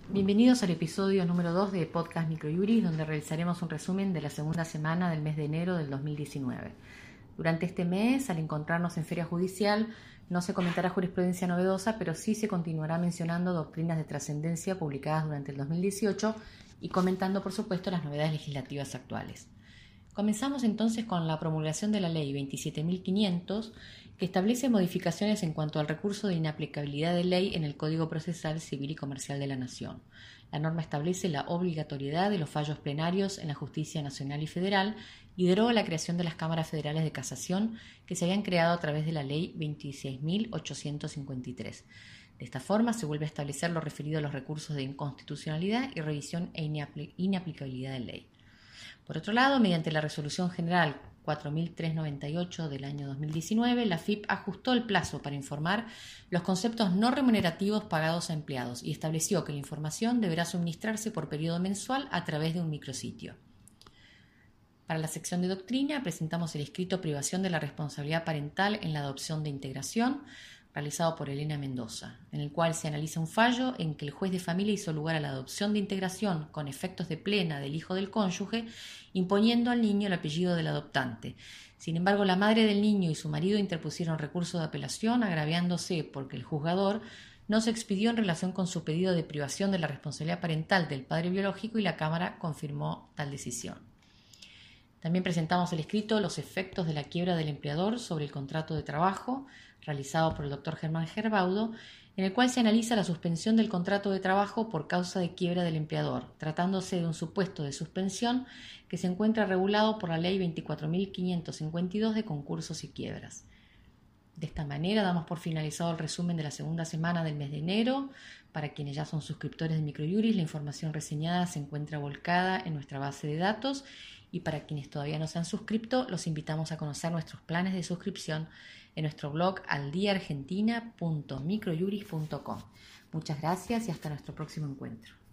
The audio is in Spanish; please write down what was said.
Bienvenidos al episodio número 2 de Podcast Microjuris, donde realizaremos un resumen de la segunda semana del mes de enero del 2019. Durante este mes, al encontrarnos en feria judicial, no se comentará jurisprudencia novedosa, pero sí se continuará mencionando doctrinas de trascendencia publicadas durante el 2018 y comentando, por supuesto, las novedades legislativas actuales. Comenzamos entonces con la promulgación de la Ley 27.500, que establece modificaciones en cuanto al recurso de inaplicabilidad de ley en el Código Procesal Civil y Comercial de la Nación. La norma establece la obligatoriedad de los fallos plenarios en la Justicia Nacional y Federal y deroga la creación de las cámaras federales de casación que se habían creado a través de la Ley 26.853. De esta forma se vuelve a establecer lo referido a los recursos de inconstitucionalidad y revisión e inaplicabilidad de ley. Por otro lado, mediante la Resolución General 4.398 del año 2019, la FIP ajustó el plazo para informar los conceptos no remunerativos pagados a empleados y estableció que la información deberá suministrarse por periodo mensual a través de un micrositio. Para la sección de doctrina presentamos el escrito Privación de la responsabilidad parental en la adopción de integración, realizado por Elena Mendoza, en el cual se analiza un fallo en que el juez de familia hizo lugar a la adopción de integración con efectos de plena del hijo del cónyuge, imponiendo al niño el apellido del adoptante. Sin embargo, la madre del niño y su marido interpusieron recurso de apelación, agraviándose porque el juzgador no se expidió en relación con su pedido de privación de la responsabilidad parental del padre biológico y la Cámara confirmó tal decisión. También presentamos el escrito Los efectos de la quiebra del empleador sobre el contrato de trabajo, realizado por el Dr. Germán Gerbaudo, en el cual se analiza la suspensión del contrato de trabajo por causa de quiebra del empleador, tratándose de un supuesto de suspensión que se encuentra regulado por la Ley 24.552 de concursos y quiebras. De esta manera damos por finalizado el resumen de la segunda semana del mes de enero. Para quienes ya son suscriptores de Microjuris, la información reseñada se encuentra volcada en nuestra base de datos y para quienes todavía no se han suscrito, los invitamos a conocer nuestros planes de suscripción en nuestro blog aldiaargentina.microjuris.com. Muchas gracias y hasta nuestro próximo encuentro.